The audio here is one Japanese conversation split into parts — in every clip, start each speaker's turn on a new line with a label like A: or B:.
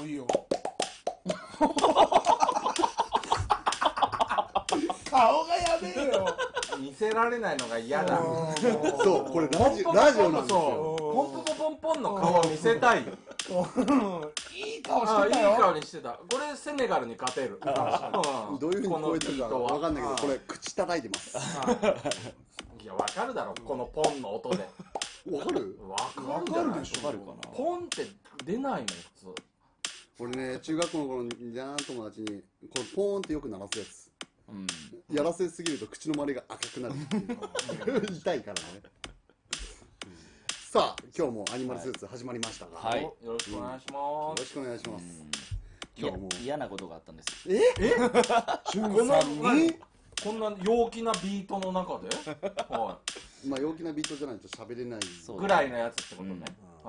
A: ういいよ。顔がやべえよ。
B: 見せられないのが嫌だ。
C: そう、これラジオなんですよ。
B: ポンポコポンポンの顔を見せたい。
A: いい顔してたよ。
B: いい顔にしてた。これセネガルに勝てる。
C: どういう風に超えてるかわかんないけど、これ口叩いてます。
B: いや、わかるだろ、このポンの音で。
C: わかる？
B: わかるでしょ。
D: わかるかな。
B: ポンって出ないの普通。
C: 俺ね、中学校の頃にジャーン友達にこれポーンってよく鳴らすやつ、やらせすぎると口の周りが赤くなるっていう痛いからね。さあ今日もアニマルスーツ始まりましたが、
D: はい、
B: よろしくお願いします。
C: よろしくお願いします。今日も
D: 嫌なことがあったんです。
A: ジュンさんに
B: こんな陽気なビートの中で、
C: まあ陽気なビートじゃないと喋れない
B: ぐらいのやつってことね。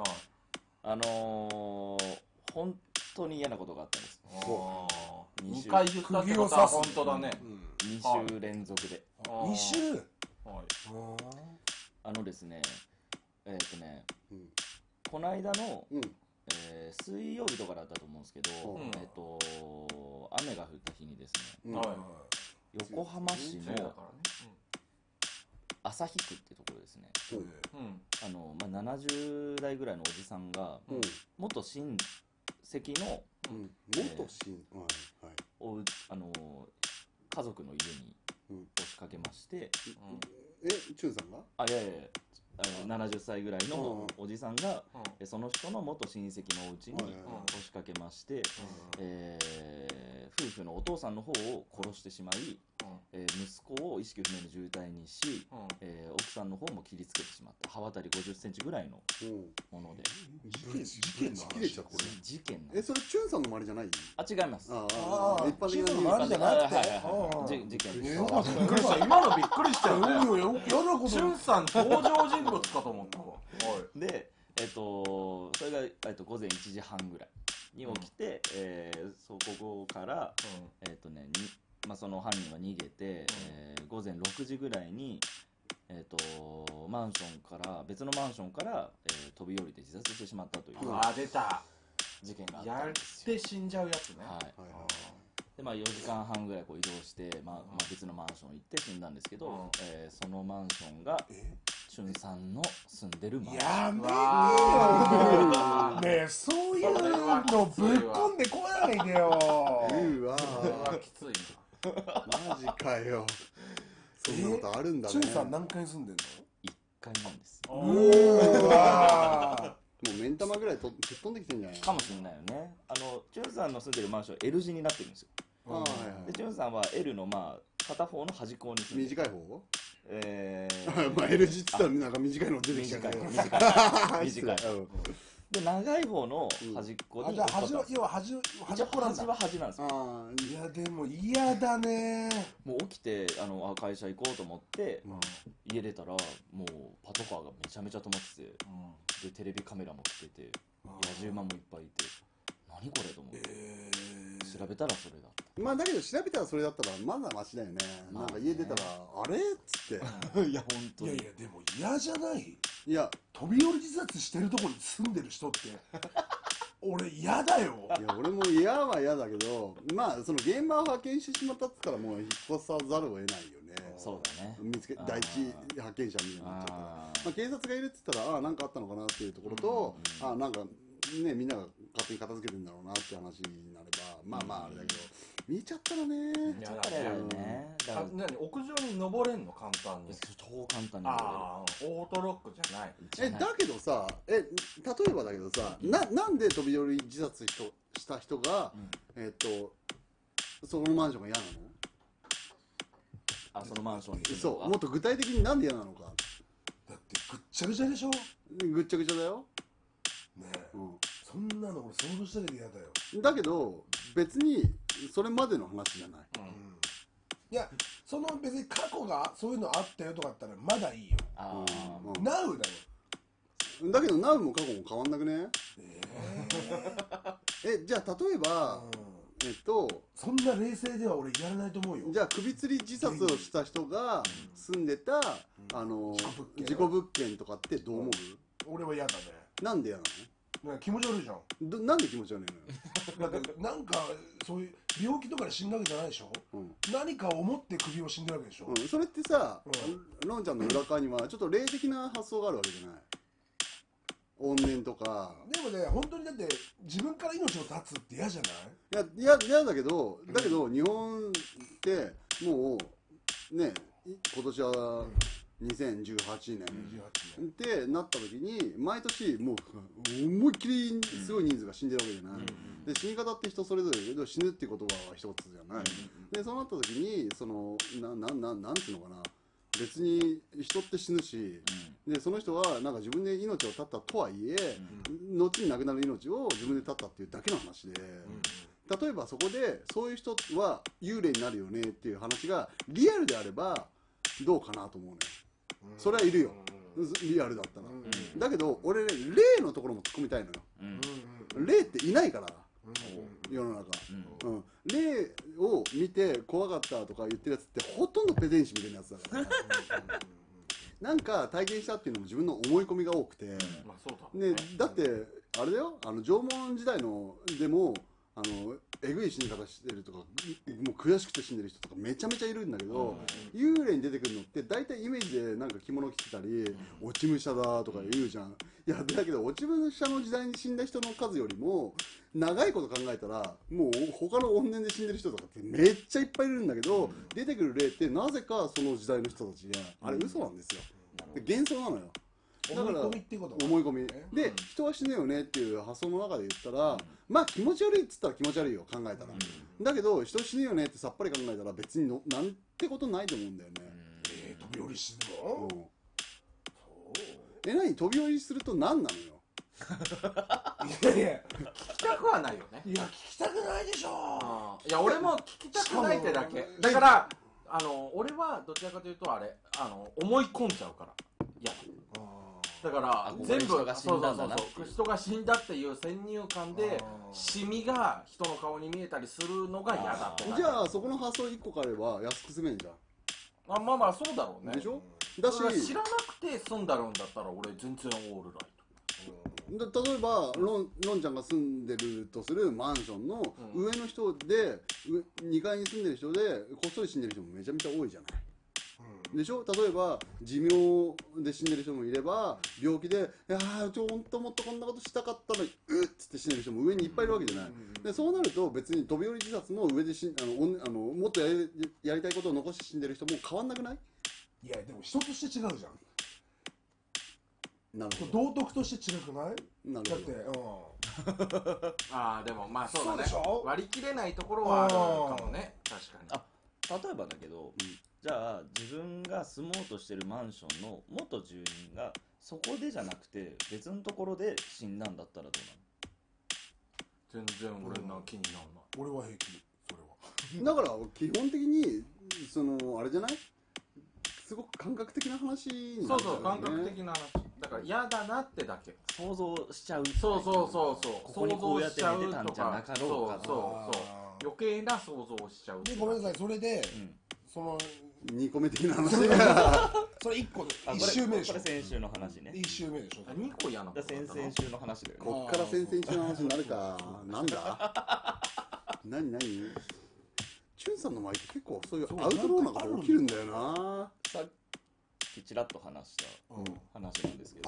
D: 本当に嫌なことがあったんです。
B: 2回言ったってことは本当だね。
D: 2週連続で。
A: 2週。
D: ですね、この間の、水曜日とかだったと思うんですけど、雨が降った日にですね、横浜市の旭区ってところですね、70代ぐらいのおじさんが、元親戚の、家族の家に押しかけまして、
C: チュンさんが？
D: いやいや70歳ぐらいのおじさんが、その人の元親戚のお家に押しかけまして、夫婦のお父さんの方を殺してしまい、息子を意識不明の重体にし、奥さんの方も切りつけてしまった。刃渡り50センチぐらいのもので。事件なんです。
C: それチュンさんの周りじゃない？
D: 違います。
C: 一般的な
A: 周りじゃなくて
D: 事件です。
B: 今のびっくりしたよね。
A: 嫌なこと。
B: チュンさん登場人物かと思ったわ。
D: で、それが午前1時半ぐらいに起きて、ここからその犯人は逃げて、午前6時ぐらいにマンションから別のマンションから飛び降りて自殺してしまったという
B: 出た
D: 事件があっ
B: やっ
D: たんです
B: て死んじゃうやつね。
D: で4時間半ぐらい移動して、別のマンション行って死んだんですけど、そのマンションがチュンさんの住んでるマンション。
A: やめてよねえ、そういうのぶっ込んでこないでよ。
B: きついな。
C: マジかよ。そんなことあるんだね。
A: チュンさん何階住んでんの
D: ？1階なんです。
C: もう目ん玉ぐらい吹っ飛んできてんじゃない
D: かもしれないよね。チュンさんの住んでるマンション L 字になってるんですよ。でチュンさんは L の片方の端っこに住んでる。
C: 短い方？L 字って言ったらなんか短いの出てきちゃう。
D: 短い。で長い方の端っこに。
A: 端っこなんだ。
D: 端なんですよ。
A: いやでも嫌だね。
D: もう起きて会社行こうと思って家出たらもうパトカーがめちゃめちゃ止まってて、でテレビカメラも来てて、野獣馬もいっぱいいて、何これと思って調べたらそれだった。
C: だけど調べたらそれだったらまだマシだよね。なんか家出たらあれっつって。
D: いや本当に。
A: いやでも嫌じゃない？
C: いや
A: 飛び降り自殺してるとこに住んでる人って俺嫌だよ。
C: いや俺も嫌は嫌だけど、その現場を発見してしまったって言ったらもう引っ越さざるを得ないよね。
D: そうだね。
C: 第一発見者みたいになっちゃったら、警察がいるって言ったら何かあったのかなっていうところと、なんかねみんなが勝手に片付けてんだろうなって話になればあれだけど、見ちゃったらね。
D: 見ちゃったらね。
B: 屋上に登れんの簡単に？
D: 超簡単に登れる。
B: オートロックじゃない。
C: だけどさ、例えばだけどさ、なんで飛び降り自殺した人がそのマンションが嫌なの？
D: そのマンションに住むのが。
C: そう、もっと具体的になんで嫌なのか。
A: だってぐっちゃぐちゃでしょ。
C: ぐっちゃぐちゃだよ
A: ねえ、そんなの俺想像しただけで嫌だよ。
C: だけど別にそれまでの話じゃない。
A: いやその別に過去がそういうのあったよとかだったらまだいいよ。ナウだよ。
C: だけどナウも過去も変わんなくね？じゃあ例えば
A: そんな冷静では俺やらないと思うよ。
C: じゃあ首吊り自殺をした人が住んでた事故物件とかってどう思う？
A: 俺は嫌だね。
C: なんで嫌な
A: 気持ち悪いじゃん。
C: なんで気持ち悪い
A: だってなんかそういう病気とかで死んだわけじゃないでしょ、何かを思って首を死んでるわけでしょ、
C: それってさ、ロンちゃんの裏側にはちょっと霊的な発想があるわけじゃない。怨念とか。
A: でもね、本当にだって自分から命を絶つって嫌じゃない？
C: いや嫌だけど日本ってもうね、今年は2018年ってなった時に毎年もう思いっきりすごい人数が死んでるわけじゃない、で死に方って人それぞれだけど、死ぬっていう言葉は一つじゃない、でそうなった時にそのなんていうのかな、別に人って死ぬし、でその人はなんか自分で命を絶ったとはいえ、後に亡くなる命を自分で絶ったっていうだけの話で、例えばそこでそういう人は幽霊になるよねっていう話がリアルであればどうかなと思うね。それはいるよ、リアルだったら、だけど俺ね、霊のところも突っ込みたいのよ、霊っていないから、世の中、霊を見て怖かったとか言ってるやつってほとんどペテン師みたいなやつだからなんか体験したっていうのも自分の思い込みが多くて、ね、だってあれだよ、縄文時代のでもえぐい死に方してるとか、もう悔しくて死んでる人とかめちゃめちゃいるんだけど、幽霊に出てくるのって大体イメージでなんか着物着てたり、落ち武者だとか言うじゃん。いやだけど落ち武者の時代に死んだ人の数よりも長いこと考えたらもう他の怨念で死んでる人とかってめっちゃいっぱいいるんだけど、出てくる霊ってなぜかその時代の人たちがあれ嘘なんですよ、幻想なのよ。だから
A: 思い込みってこと
C: 思い込みで、人は死ぬよねっていう発想の中で言ったら、まあ気持ち悪いっつったら気持ち悪いよ、考えたら、だけど人死ぬよねってさっぱり考えたら別になんてことないと思うんだよね。
A: 飛び降りするの？
C: 何飛び降りすると何なのよ
A: いやいや、
B: 聞きたくはないよね。
A: いや聞きたくないでしょ。
B: いや俺も聞きたくないってだけだから、俺はどちらかというとあれ思い込んじゃうから嫌だから全部
D: 人が死んだんだなっていう、
B: 人が死んだっていう先入観でシミが人の顔に見えたりするのが嫌だって。
C: じゃあそこの発想1個あれば安く済めんじゃん。
B: まあそうだろうね。
C: でしょ。だし
B: 知らなくて済んだるんだったら俺全然オールライト。
C: 例えばロンちゃんが住んでるとするマンションの上の人で、2階に住んでる人でこっそり死んでる人もめちゃめちゃ多いじゃない、でしょ。例えば寿命で死んでる人もいれば、病気で「いやーほんともっとこんなことしたかったのにっつって死んでる人も上にいっぱいいるわけじゃない、でそうなると別に飛び降り自殺も上でもっとやりたいことを残して死んでる人も変わんなくない？
A: いやでも人として違うじゃん。
C: なるほど。
A: 道徳として違くない？
C: なる
A: だ
C: ほ
A: って、
B: でもまあそうだね。
A: そうでしょ？
B: 割り切れないところはあるかもね。確かに。
D: 例えばだけど、じゃあ自分が住もうとしてるマンションの元住人がそこでじゃなくて別のところで死んだんだったらどうなの？
B: 全然俺の気にならない。
A: 俺は平気。それは
C: だから基本的にあれじゃない？すごく感覚的な話になっちゃうよね。
B: 感覚的な話だから嫌だなってだけ。
D: 想像しちゃう。
B: そう
D: ここにこうやって寝てたんじゃなかろうかと。そう余計な想像をしちゃう。
A: でごめんなさい、それで、その
C: 2個目的な話
A: それ1個で1周目でしょ。
D: これ先週の話ね。
A: 1周目でしょ。
B: 2個嫌なの。
D: 先々週の話だよね。
C: こっから先々週の話になるか。なんだ何チュンさんの前って結構そういうアウトローなこと起きるんだよな。
D: さっきちらっと話した話なんですけど、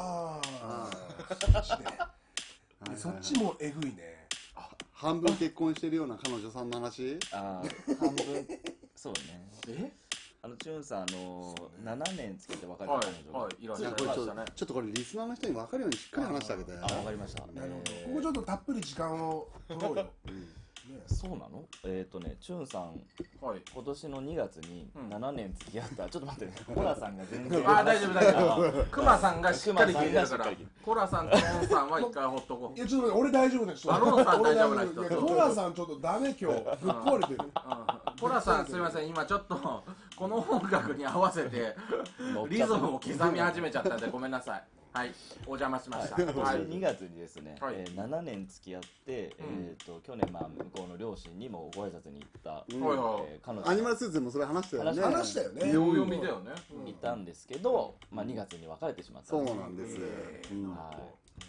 A: そっちもえぐいね。
C: 半分結婚してるような彼女さんの話。
D: 半分そうね。チュンさん7年つけて別れた彼女が
B: いらっしゃいましたね。
C: ちょっとこれリスナーの人に分かるようにしっかり話してあげて。
D: わかりました。こ
A: こちょっとたっぷり時間を取ろうよ。
D: そうなの？チュンさん、今年の2月に7年付き合った。ちょっと待って、コラさんが全然。
B: 大丈夫。クマさんがしっかり聞いてるから。コラさんとロンさんは一回ほっとこう。
A: いやちょっと俺大丈夫です。
B: ロンさん大丈夫な人。
A: コラさんちょっとダメ今日。ぶっ壊れてる。
B: コラさんすみません、今ちょっとこの音楽に合わせてリズムを刻み始めちゃったんでごめんなさい。はい、お邪魔しました。
D: 今年2月にですね、7年付き合って、去年向こうの両親にもご挨拶に行った
C: 彼女、アニマルスーツでもそれ話したよね。
A: 話したよね。
B: 秒読みだよね。
D: いたんですけど、2月に別れてしまった。
C: そうなんです。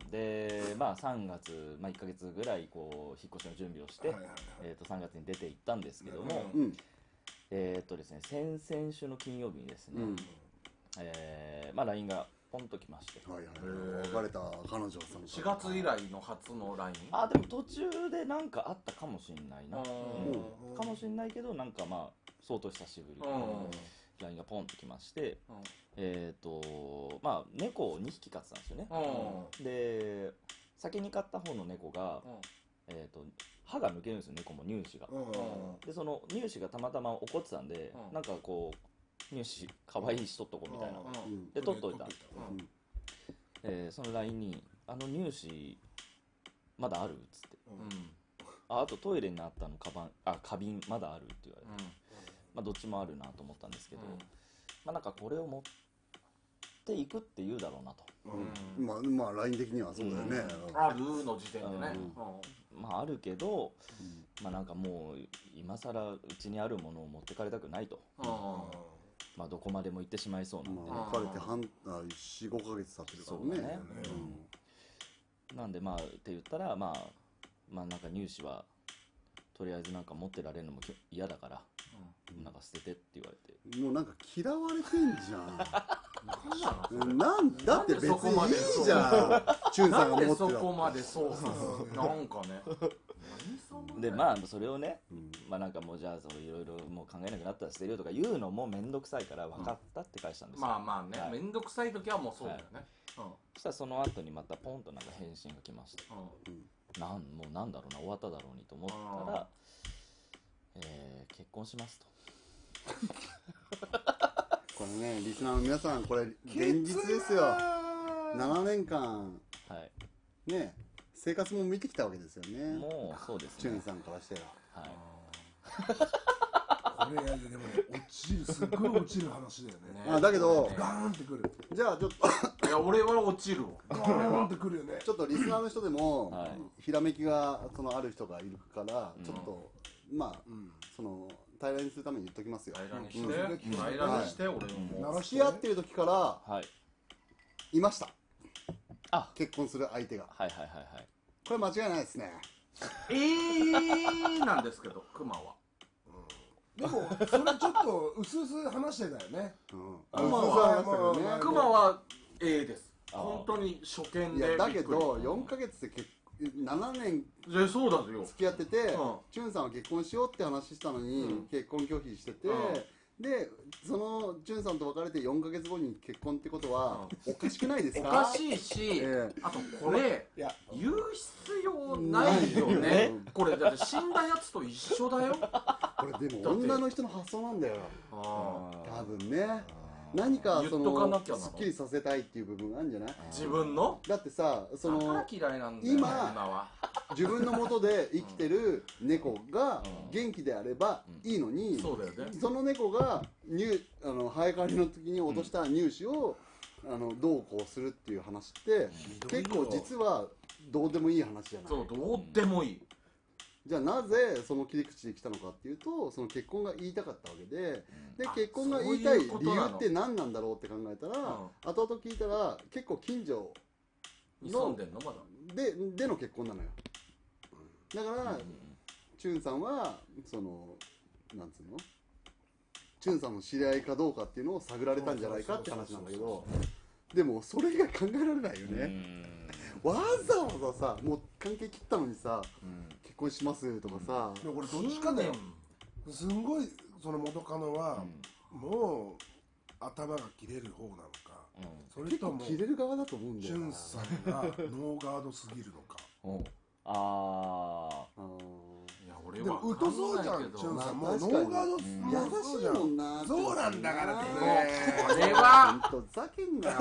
D: でまあ3月、まあ、1ヶ月ぐらいこう引っ越しの準備をして、3月に出て行ったんですけども、ですね、先々週の金曜日にですね、まあ LINE がポンと来まして、
C: 別れた彼女さん
B: 4月以来の初の LINE。
D: でも途中でなんかあったかもしんないな、かもしんないけど、なんかまあ相当久しぶりに LINE がポンと来まして、まあ猫を2匹飼ってたんですよね。で先に飼った方の猫が、歯が抜けるんですよ、猫も乳歯が。でその乳歯がたまたま怒ってたんで、なんかこう乳歯かわいいしとっとこみたいな、で取っといたんです。その LINE に「乳歯まだある?」っつって、あとトイレにあったの花瓶まだあるって言われて、まあどっちもあるなと思ったんですけど、まあなんかこれを持っていくって言うだろうなと、
C: まあ LINE 的にはそうだよね、
B: あるの時点でね、
D: まああるけど、まあなんかもう今更うちにあるものを持ってかれたくないと、まあどこまでも行ってしまいそうなんで、
C: 別れて4、5ヶ月経ってるからね。
D: なんでまあって言ったら、まあなんか乳歯はとりあえずなんか持ってられるのも嫌だから、なんか捨ててって言われて、
C: もうなんか嫌われてんじゃん。だって別にいいじゃん、チュンさんが持ってた
B: そこまでそうなんかね
D: でまあそれをね、まあなんかもうじゃあいろいろもう考えなくなったら捨てるよとか言うのも面倒くさいから分かったって返したんですよ。
B: まあまあね、面倒くさい時はもうそうだよね。
D: そしたらその後にまたポンとなんか返信が来ました。もうなんだろうな、終わっただろうにと思ったら、結婚しますと。
C: これね、リスナーの皆さん、これ現実ですよ。7年間ね、生活も見てきたわけですよね。
D: もうそうですね、
C: チュンさんからして
A: これでもね、すごい落ちる話だよね。
C: だけど
A: ガーンってくる。
C: じゃあちょっと
B: いや俺は落ちるわ。
A: ガーンってくるよね。
C: ちょっとリスナーの人でもひらめきがある人がいるから、ちょっとまあその平らにするために言っときますよ。
B: 平らにして、俺も
C: 付き合ってる時からいました、結婚する相手が。これ間違いないですね。
B: なんですけど、クマは
A: でもそれちょっと薄々話してたよね。
B: クマはです。本当に初見で。
C: だけど4ヶ月で7年付き合ってて、チュンさんは結婚しようって話したのに結婚拒否してて、でそのチュンさんと別れて4ヶ月後に結婚ってことはおかしくないですか？
B: おかしいし、あとこれ言う必要ないよね。これだって死んだやつと一緒だよ。
C: これでも女の人の発想なんだよ多分ね。何かそのすっきりさせたいっていう部分があるんじゃない？
B: 自分の
C: だってさ、その
B: 今
C: 自分の元で生きてる猫が元気であればいいのに、その猫が生え変わりの時に落とした乳歯をどうこうするっていう話って結構実はどうでもいい話じゃない？
B: そう、どうでもいい。
C: じゃあなぜその切り口で来たのかっていうと、その結婚が言いたかったわけで、結婚が言いたい理由って何なんだろうって考えたら、後々聞いたら結構近所
B: に住んでんのまだ
C: での結婚なのよ。だからチュンさんはそのなんつうの、チュンさんの知り合いかどうかっていうのを探られたんじゃないかって話なんだけど、でもそれ以外考えられないよね。わざわざさ、もう関係切ったのにさ、結婚しますとかさ。
A: でもこれどっちかだよ。すんごいその元カノはもう頭が切れる方なのか、それとも
C: 切れる側だと思うんだよ。
A: チュンさんがノーガードすぎるのか。でもうとそうじゃん、チュンさん。もうノーガード
C: 優しいもんな。
A: そうなんだからってね。
B: これは
C: ほんとふざけんなよ。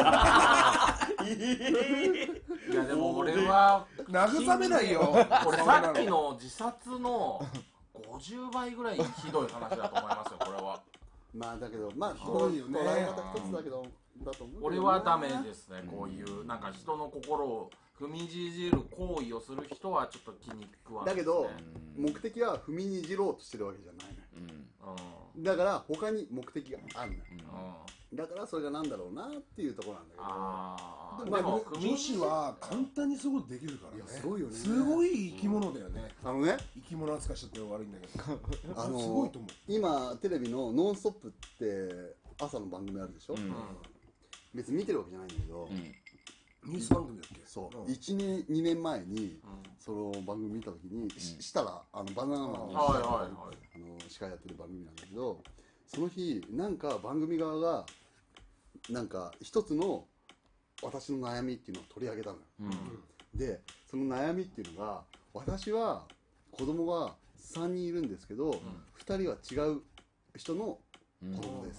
B: いやでも俺は
A: 慰めないよ。
B: 俺さっきの自殺の50倍ぐらいひどい話だと思いますよ、これは。
C: まあだけど、まあ捉え方一つだけど、だと思う。
B: 俺はダメですね、こういうなんか人の心を踏みにじる行為をする人はちょっと気に食わない。
C: だけど目的は踏みにじろうとしてるわけじゃないのよ。 だから他に目的があるのよ、だからそれがなんだろうなっていうところなんだけど、
A: でも女子は簡単にそういうことできるからね。
C: すごいよね。
A: すごい生き物だよね。
C: ね、
A: 生き物扱いしちゃって悪いんだけどすごいと思う。
C: 今テレビの「ノンストップ!」って朝の番組あるでしょ、別に見てるわけじゃないんだけど、
A: ニュース番組だっけ。
C: そう、1年2年前にその番組見た時にしたらバナナマンの司会やってる番組なんだけど、その日なんか番組側がなんか一つの私の悩みっていうのを取り上げたのよ、でその悩みっていうのが、私は子供が3人いるんですけど、2人は違う人の子供です、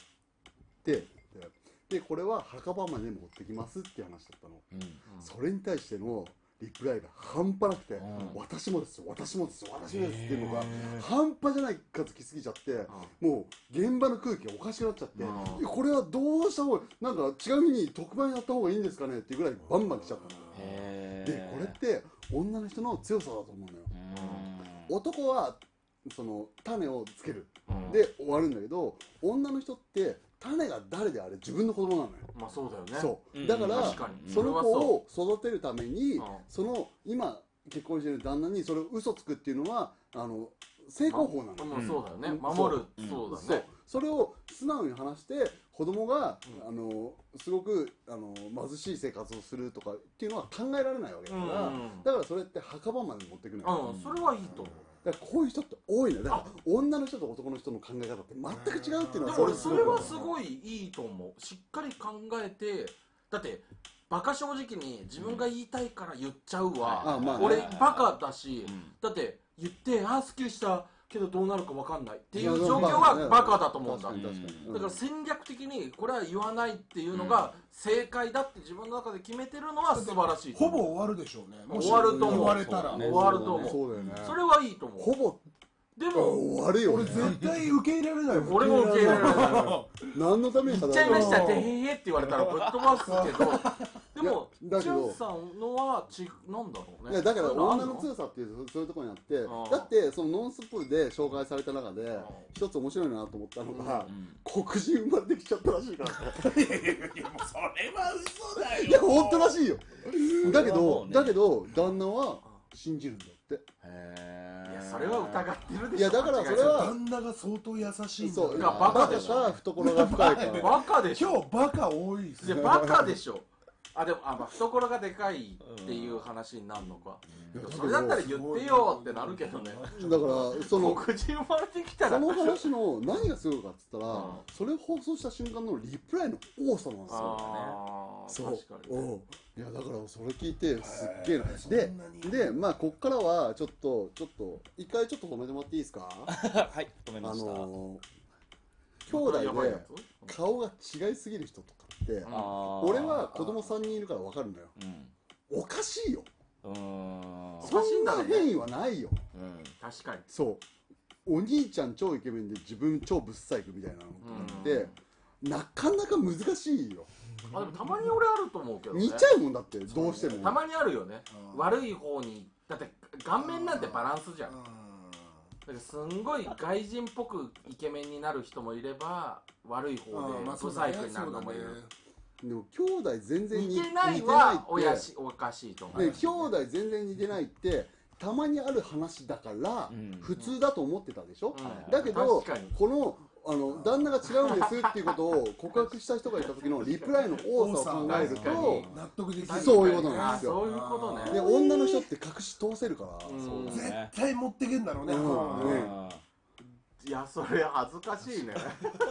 C: でこれは墓場まで持ってきますっていう話だったの、それに対してのリプライが半端なくて、私もですよ私もですよ私もですっていうのが半端じゃない数来すぎちゃって、もう現場の空気がおかしくなっちゃって、これはどうした方がなんか違う日に特番やった方がいいんですかねっていうぐらいバンバン来ちゃったの。でこれって女の人の強さだと思うのよ。男はその種をつけるで終わるんだけど、女の人って種が誰であれ自分の子供なのよ。
B: まあそうだよね。
C: そうだから、その子を育てるために、その今結婚してる旦那にそれを嘘つくっていうのは成功法なの。
B: そうだよね、守る。そうだね。
C: それを素直に話して子供がすごく貧しい生活をするとかっていうのは考えられないわけだから、だからそれって墓場まで持っていくのよ。
B: それはいいと思う。
C: だからこういう人って多いのよ。だから女の人と男の人の考え方って全く違うっていうのは、
B: でも俺それはすごいいいと思う。しっかり考えて、だってバカ正直に自分が言いたいから言っちゃうわ、俺バカだし、だって言ってすっきりしたけどどうなるか分かんないっていう状況はバカだと思うんだ。だから戦略的にこれは言わないっていうのが正解だって自分の中で決めてるのは素晴らしい。
A: ほぼ終わるでしょうね。
B: 終わると思う。
A: 言われたら
B: 終わると思う。
C: そうだよね。
B: それはいいと思う。
C: ほぼ
B: でも
C: 終わるよ。
A: 俺絶対受け入れられない。
B: 俺も受け入れられない。
C: 何のために
B: 言っちゃいましたってへへって言われたらぶっ飛ばすけど、でもジュンさんのはなんだろうね。
C: いやだから女の強さっていうそういうところにあって、だってそのノンストップで紹介された中で一つ面白いなと思ったのが、黒人生まれてきちゃったらしいから。
A: いやもうそれは嘘だよ。
C: いや本当らしいよ。だけど旦那は信じるんだって。
B: いやそれは疑ってるでしょ。
C: いやだからそれは
A: 旦那が相当優しいんだ。
B: そうバカでしょ。
C: 懐が深いから。
B: バカでしょ。
A: 今日バカ多いっす。
B: いやバカでしょ。でも懐がでかいっていう話になるのか。それだったら言ってよってなるけどね。
C: だからその
B: 黒人生まれてきたら
C: その話の何がすごいかっつったら、それを放送した瞬間のリプライの多さなんですよ。
B: 確かに。
C: いやだからそれ聞いてすっげえな。でまあこっからはちょっと一回ちょっと止めてもらっていいですか。
D: はい止めました。
C: 兄弟で顔が違いすぎる人とかって、俺は子供3人いるから分かるんだよ。おかしいよ。そんな変異はないよ。
B: 確かに。
C: そうお兄ちゃん超イケメンで自分超ブッサイクみたいなのってなかなか難しいよ。
B: でもたまに俺あると思うけどね。
C: 似ちゃうもんだってどうしても。
B: たまにあるよね。悪い方にだって顔面なんてバランスじゃん。だからすんごい外人っぽくイケメンになる人もいれば悪い方でブサイクになるのもいる。
C: でも兄弟全然
B: 似てないはおかしいと思う。
C: 兄弟全然似てないってたまにある話だから普通だと思ってたでしょ。だけどこの旦那が違うんですっていうことを告白した人がいた時のリプライの多さを考えると
A: 納得できる。
C: そういうことなんですよ。
B: そういうことね。
C: で女の人って隠し通せるから
A: 絶対持ってけんだろうね。
B: いやそれ恥ずかしいね。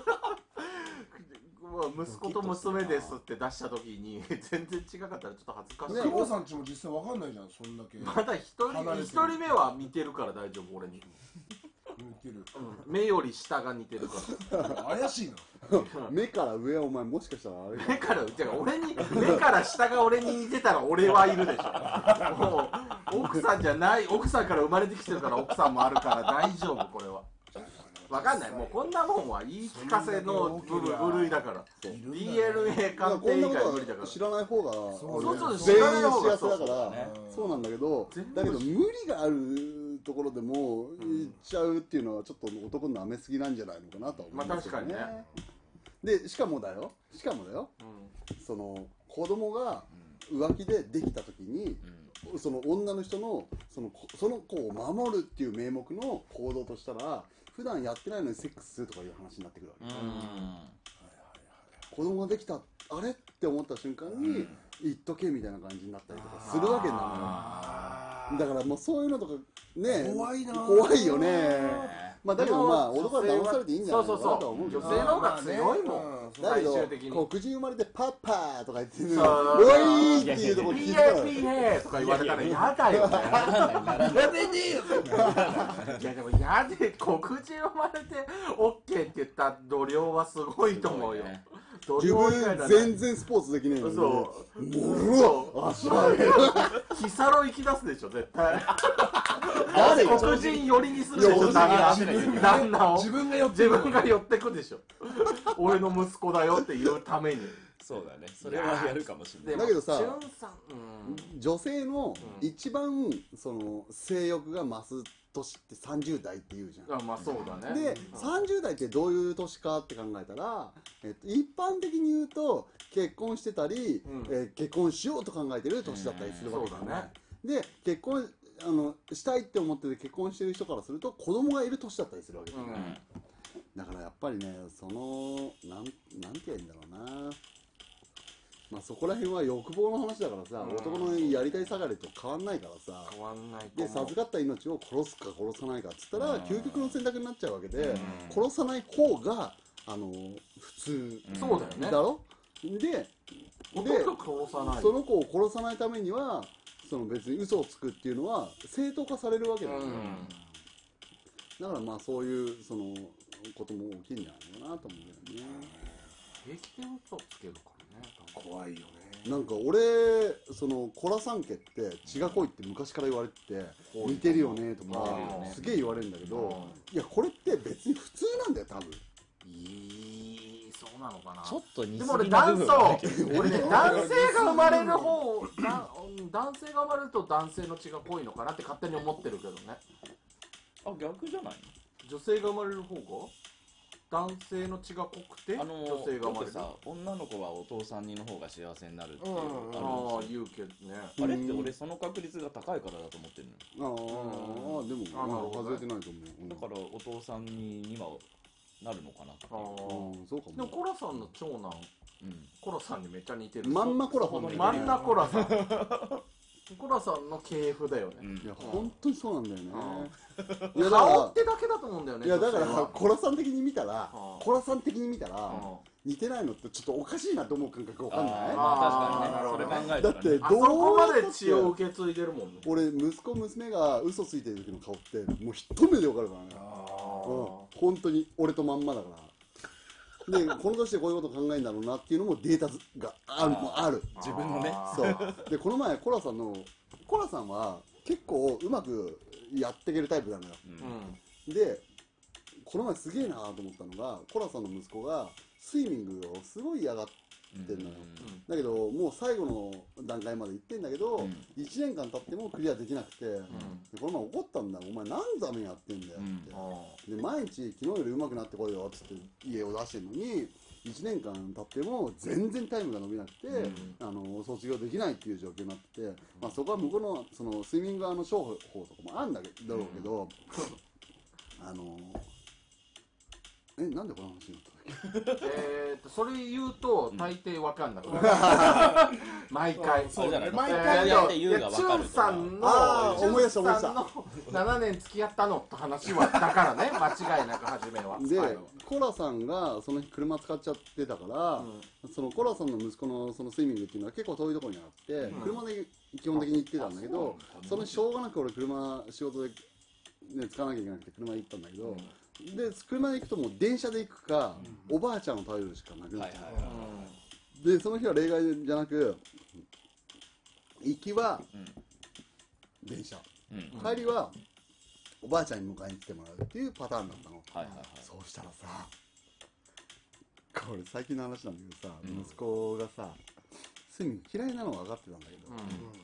B: 息子と娘ですって出した時に全然違かったらちょっと恥ずかしい。
A: 久保さんちも実際わかんないじゃんそんだけ。
B: まだ一人目は似てるから大丈夫俺に。
A: 似てる。
B: 目より下が似てるから。
A: 怪しいな。
C: 目から上はお前もしかしたらあれ。
B: 目から目から下が俺に似てたら俺はいるでしょ。もう奥さんじゃない奥さんから生まれてきてるから奥さんもあるから大丈夫これは。わかんないもうこんなもんは言い聞かせの部類だから。DNA 鑑定以外無理だから。
C: 知らない方が
B: そう
C: 全員幸せだからそうなんだけど無理があるところでも言っちゃうっていうのはちょっと男舐めすぎなんじゃないのかなとは思うんですよね。
B: まあ確か
C: にね。でしかもだよ、その子供が浮気でできた時に、その女の人のその子を守るっていう名目の行動としたら、普段やってないのにセックスするとかいう話になってくるわけ。子供ができた、あれって思った瞬間に、言っとけみたいな感じになったりとかするわけなのよ。だからもうそういうのとかね、
A: 怖いな、
C: 怖いよね。まあだけどまあ男は騙されていいんじゃないかなとは思うけど、
B: 女性の方が強いもん。
C: だけど
B: 最終的に
C: 黒人生まれてパッパーとか言ってるおいっていうところ聞いたら
B: ピーとか言われたら嫌だよね。やめねえよ。いやでも嫌で黒人生まれてオッケーって言った度量はすごいと思うよ。
C: 自分全然スポーツできねえのに
B: そう
C: 足悪い
B: ヒサロ行き出すでしょ絶対。黒人寄りにするでしょ旦那を。
A: 自分が
B: 寄ってくでしょ。俺の息子だよって言うために。
D: そうだね、それはやるかもしれない。
C: だけどさ、
B: 女
C: 女性の一番その性欲が増す年って30代って言うじゃん。
B: まあそうだね。
C: で、30代ってどういう年かって考えたら、一般的に言うと結婚してたり、結婚しようと考えてる年だったりするわけだね。で、結婚したいって思ってて結婚してる人からすると子供がいる年だったりするわけだよね。だからやっぱりね、そのなんて言うんだろうな。まあそこら辺は欲望の話だからさ、男のやりたい下がりと変わんないからさ。
B: 変わんないと
C: で、授かった命を殺すか殺さないかっつったら究極の選択になっちゃうわけで、殺さない方が普通
B: そうだよね。
C: だろ。でその子を殺さないためにはその別に嘘をつくっていうのは正当化されるわけだよね。だからまあそういうそのことも起きるんじゃないのかなと思うけどね。
B: 平気で嘘をつけるからね。
A: 怖いよね。
C: なんか俺そのコラさん家って血が濃いって昔から言われてて似てるよねとかすげえ言われるんだけど、いやこれって別に普通なんだよ多分。
B: そうなのかな。
D: ちょっと似す
B: でも俺
D: ぎな部分はあるけどね。
B: 俺ね男性が生まれる方男性が生まれると男性の血が濃いのかなって勝手に思ってるけどね。
D: あ、逆じゃない？
B: 女性が生まれる方が男性の血が濃くて女性が生まれる。
D: さ、女の子はお父さんにの方が幸せになるっていう
B: 言うけどね。
D: あれって俺その確率が高いからだと思ってるの。
C: でも外れてないと思う。
D: だからお父さんにはなるのかな。
C: そうかも。
B: でもコラさんの長男、コラさんにめっちゃ似てる。
C: まんまコラさん。
B: まんなコラさん。コラさんの系譜だよね。
C: いや本当にそうなんだよね。
B: 顔ってだけだと思うんだよね。
C: いやだからコラさん的に見たら似てないのってちょっとおかしいなと思う感覚わかんない？
D: 確かにね。それ考えたら
C: だって
B: あそこまで血を受け継いでるもんね。
C: 俺息子娘が嘘ついてる時の顔ってもう一目でわかるからね。本当に俺とまんまだから。でこの年でこういうこと考えるんだろうなっていうのもデータがある。
D: 自分のね。
C: そうでこの前コラさんは結構うまくやっていけるタイプなのよ。でこの前すげえなと思ったのがコラさんの息子がスイミングをすごい嫌がってんのよ。だけどもう最後の段階まで行ってんだけど、1年間経ってもクリアできなくて、この前怒ったんだよ。お前何のためにやってんだよって。で毎日昨日より上手くなってこいよっつって家を出してるのに1年間経っても全然タイムが伸びなくて、卒業できないっていう状況になってて、まあ、そこは向こうのそのスイミング側の商法とかもあるんだろうけど、なんでこの話になったんだっけ？
B: それ言うと大抵わかんなくなる。毎回。
D: そうじゃない。
B: 毎
D: 回やって言うが
B: チュン
D: わかる。
B: さんの7年付き合ったのって話はだからね、間違いなく初めは。
C: で、コラさんがその日車使っちゃってたから、そのコラさんの息子のそのスイミングっていうのは結構遠いところにあって、車で基本的に行ってたんだけど、そのしょうがなく俺車仕事でね使わなきゃいけなくて車で行ったんだけど。で車で行くともう電車で行くか、おばあちゃんを頼るしかなくなっちゃう。でその日は例外じゃなく行きは電車、帰りはおばあちゃんに迎えに来てもらうっていうパターンだったの。そうしたらさ、これ最近の話なんだけどさ、息子がさスイミング嫌いなのは分かってたんだけど、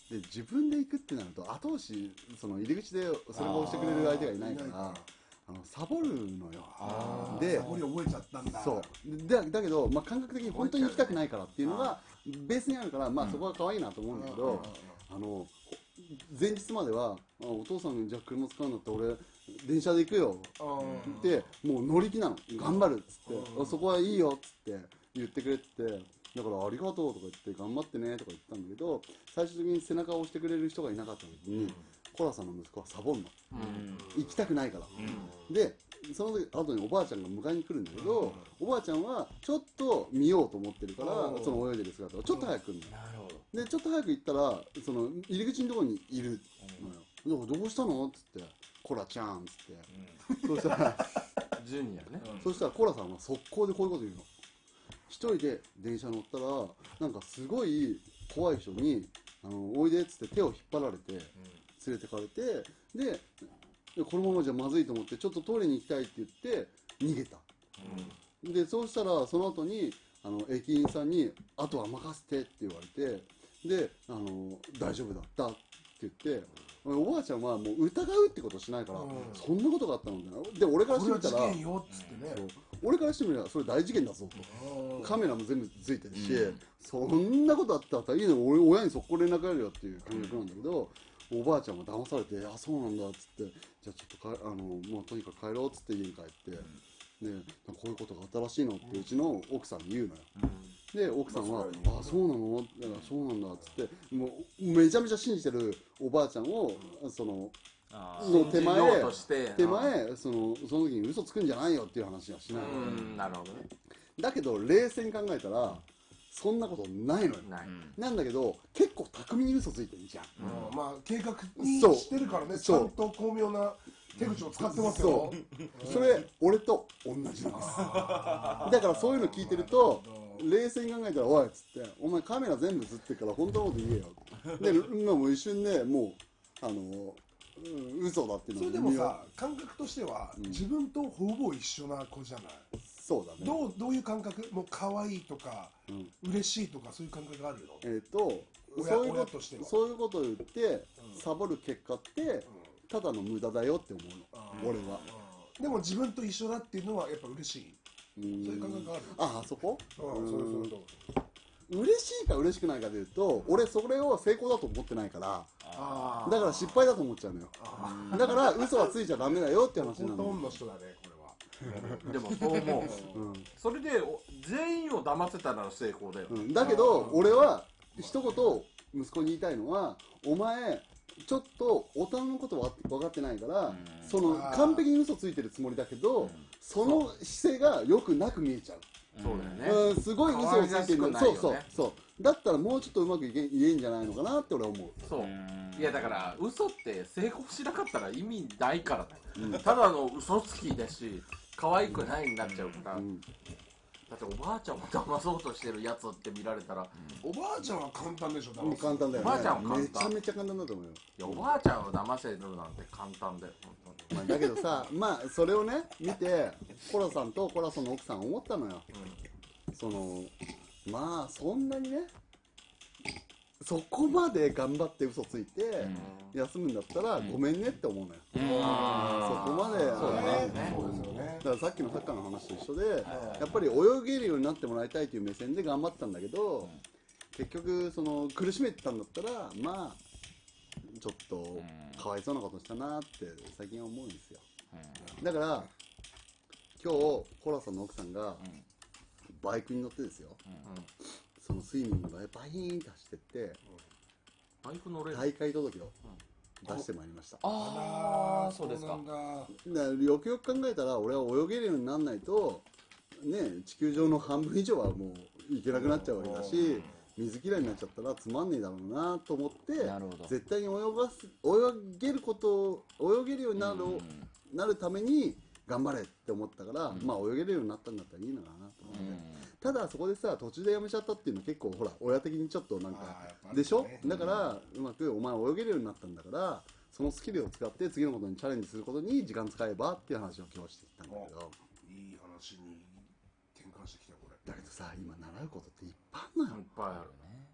C: で自分で行くってなると後押しその入り口でそれをしてくれる相手がいないからサボるのよ。で
A: サボり覚えちゃったんだ。
C: そうだけど、まあ、感覚的に本当に行きたくないからっていうのがベースにあるから、まあ、そこは可愛いなと思うんだけど、前日まではお父さんじゃあ車使うんだったら俺電車で行くよってもう乗り気なの、頑張るっつってそこはいいよっつって言ってくれてて、だからありがとうとか言って頑張ってねとか言ったんだけど、最終的に背中を押してくれる人がいなかった時に、コラさんの息子はサボんの、行きたくないから、でその時後におばあちゃんが迎えに来るんだけど、おばあちゃんはちょっと見ようと思ってるから、その泳いでる姿をちょっと早く来るの、でちょっと早く行ったらその入り口のところにいるのよ、どうしたのっつってコラちゃんっつってそしたら
B: ジュニアね、
C: そしたらコラさんは速攻でこういうこと言うの。一人で電車乗ったらなんかすごい怖い人においでっつって手を引っ張られて連れてかれて、でこのままじゃまずいと思ってちょっとトイレに行きたいって言って逃げた、でそうしたらその後に駅員さんにあとは任せてって言われて、で大丈夫だったって言って、おばあちゃんはもう疑うってことしないから、そんなことがあったのみたいな。で俺からしてみたら
A: これは事件よっつってね、
C: 俺からしてみればそれ大事件だぞと、カメラも全部ついてるし、そんなことあったらいいの俺親に速攻連絡やるよっていう感覚なんだけど、おばあちゃんは騙されてあそうなんだっつって、じゃあちょっともうとにかく帰ろうっつって家に帰って、でこういうことがあったらしいのってうちの奥さんに言うのよ、で奥さんはあそうなのそうなんだっつってもうめちゃめちゃ信じてるおばあちゃんをその手前その時に嘘つくんじゃないよっていう話はしないの。
B: なるほどね。
C: だけど冷静に考えたらそんなことないのよ。なんだけど結構巧みに嘘ついてるじゃん。
A: まあ計画にしてるからね、ちゃんと巧妙な手口を使ってますよ。
C: それ俺と同じなんですだからそういうの聞いてると冷静に考えたらおいっつってお前カメラ全部映ってるから本当のこと言えよで今もう一瞬でもう嘘だっていうの
A: それでもさ感覚としては自分とほぼ一緒な子じゃない。
C: そうだね。
A: どういう感覚？もう可愛いとか嬉しいとかそういう感覚があるの？
C: そういうことを言ってサボる結果ってただの無駄だよって思うの俺は。
A: でも自分と一緒だっていうのはやっぱ嬉しい。そういう感覚がある。
C: あそこ？
A: そう
C: 嬉しいか嬉しくないかでいうと俺それを成功だと思ってないからだから失敗だと思っちゃうのよ。だから嘘はついちゃダメだよって話なの。
A: ほとんどの人だねこれは。
B: でもそう思う、それで全員を騙せたら成功だよ、
C: だけど俺は一言息子に言いたいのはお前ちょっと大人のことは分かってないからその完璧に嘘ついてるつもりだけどその姿勢がよくなく見えちゃう。
B: そうだよね。
C: すごい嘘をついてるの。そうだったらもうちょっとうまく言えんじゃないのかなって俺は思う。
B: そういやだから嘘って成功しなかったら意味ないからね、ただの嘘つきだし可愛くないになっちゃうから、だっておばあちゃんを騙そうとしてるやつって見られたら、
A: おばあちゃんは簡単でしょ。
C: 簡単だよね。
B: おばあちゃんは簡単、
C: めちゃめちゃ簡単だと思うよ。
B: いやおばあちゃんを騙せるなんて簡単だよ本当に。
C: だけどさまあそれをね見てコラさんとコラさんの奥さん思ったのよ、まあそんなにねそこまで頑張って嘘ついて休むんだったらごめんねって思うのよ、そこまで
A: そうですよね。
C: だからさっきのサッカーの話と一緒でやっぱり泳げるようになってもらいたいという目線で頑張ってたんだけど、結局その苦しめてたんだったらまあちょっとかわいそうなことしたなって最近は思うんですよ。だから今日コラさんの奥さんがバイクに乗ってですよ、そのスイミングのバイーンって走ってって
B: バイク乗れる
C: 大会届を出してまいりました。
D: ああそうですか。
A: だから
C: よくよく考えたら俺は泳げるようにならないとね地球上の半分以上はもういけなくなっちゃうわけだし水嫌いになっちゃったらつまんねえだろうなと思って絶対に泳げるようになるために頑張れって思ったから、まあ泳げるようになったんだったらいいのかなと思って、ただそこでさ途中でやめちゃったっていうの結構ほら親的にちょっとなんかでしょ、だからうまくお前泳げるようになったんだからそのスキルを使って次のことにチャレンジすることに時間使えばっていう話を今日してきたんだけど、
A: いい話に転換してきたこれ。
C: だけどさ今習うことっていっぱいあるのよ。
B: いっぱいあるね。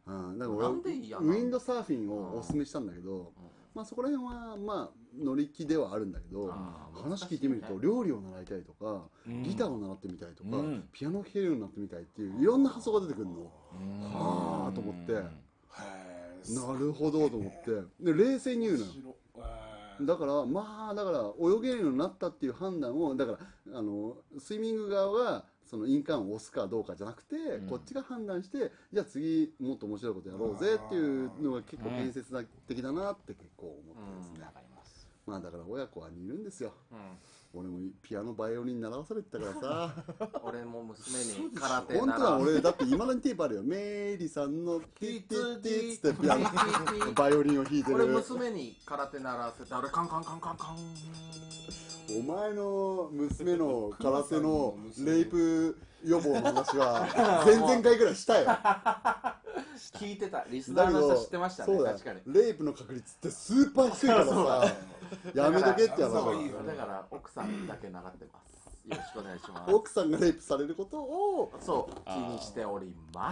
C: だから俺ウィンドサーフィンをおすすめしたんだけど、まあそこら辺はまあ乗り気ではあるんだけど、話聞いてみると料理を習いたいとかギターを習ってみたいとかピアノを弾けるようになってみたいっていういろんな発想が出てくるの。はあと思って、なるほどと思ってで冷静に言うのよ。だからまあだから泳げるようになったっていう判断をだからスイミング側がその印鑑を押すかどうかじゃなくて、こっちが判断してじゃあ次もっと面白いことやろうぜっていうのが結構建設的だなって結構思ってですね。まあだから親子は似るんですよ。俺もピアノバイオリン習わされてたからさ
B: 俺も娘に空手
C: 本当は俺だっていまだにテープあるよ。メイリさんのティッティッティッつってピアノバイオリンを弾いてる。
B: 俺娘に空手習わせて俺カンカンカンカンカン。
C: お前の娘の空手のレイプ予防の話は前々回ぐらいしたよ。
B: 聞いてたリスナーの人知ってましたね。確かに
C: レイプの確率ってスーパー低いからさやめとけって話
B: だから奥さんだけ習ってます。よろしくお願いします。
C: 奥さんがレイプされることを
B: そう気にしております。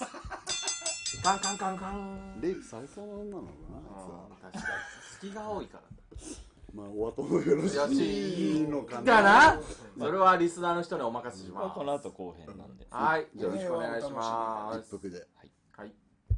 B: カンカンカンカン。
C: レイプされそうな女なのか
B: な。確かに隙が多いから。
C: まあお後もよろしいのかな。
B: だな。それはリスナーの人にお任せします。
D: この後後編なんで。
B: はい、よろしくお願いします。
C: 一服で。
B: はい。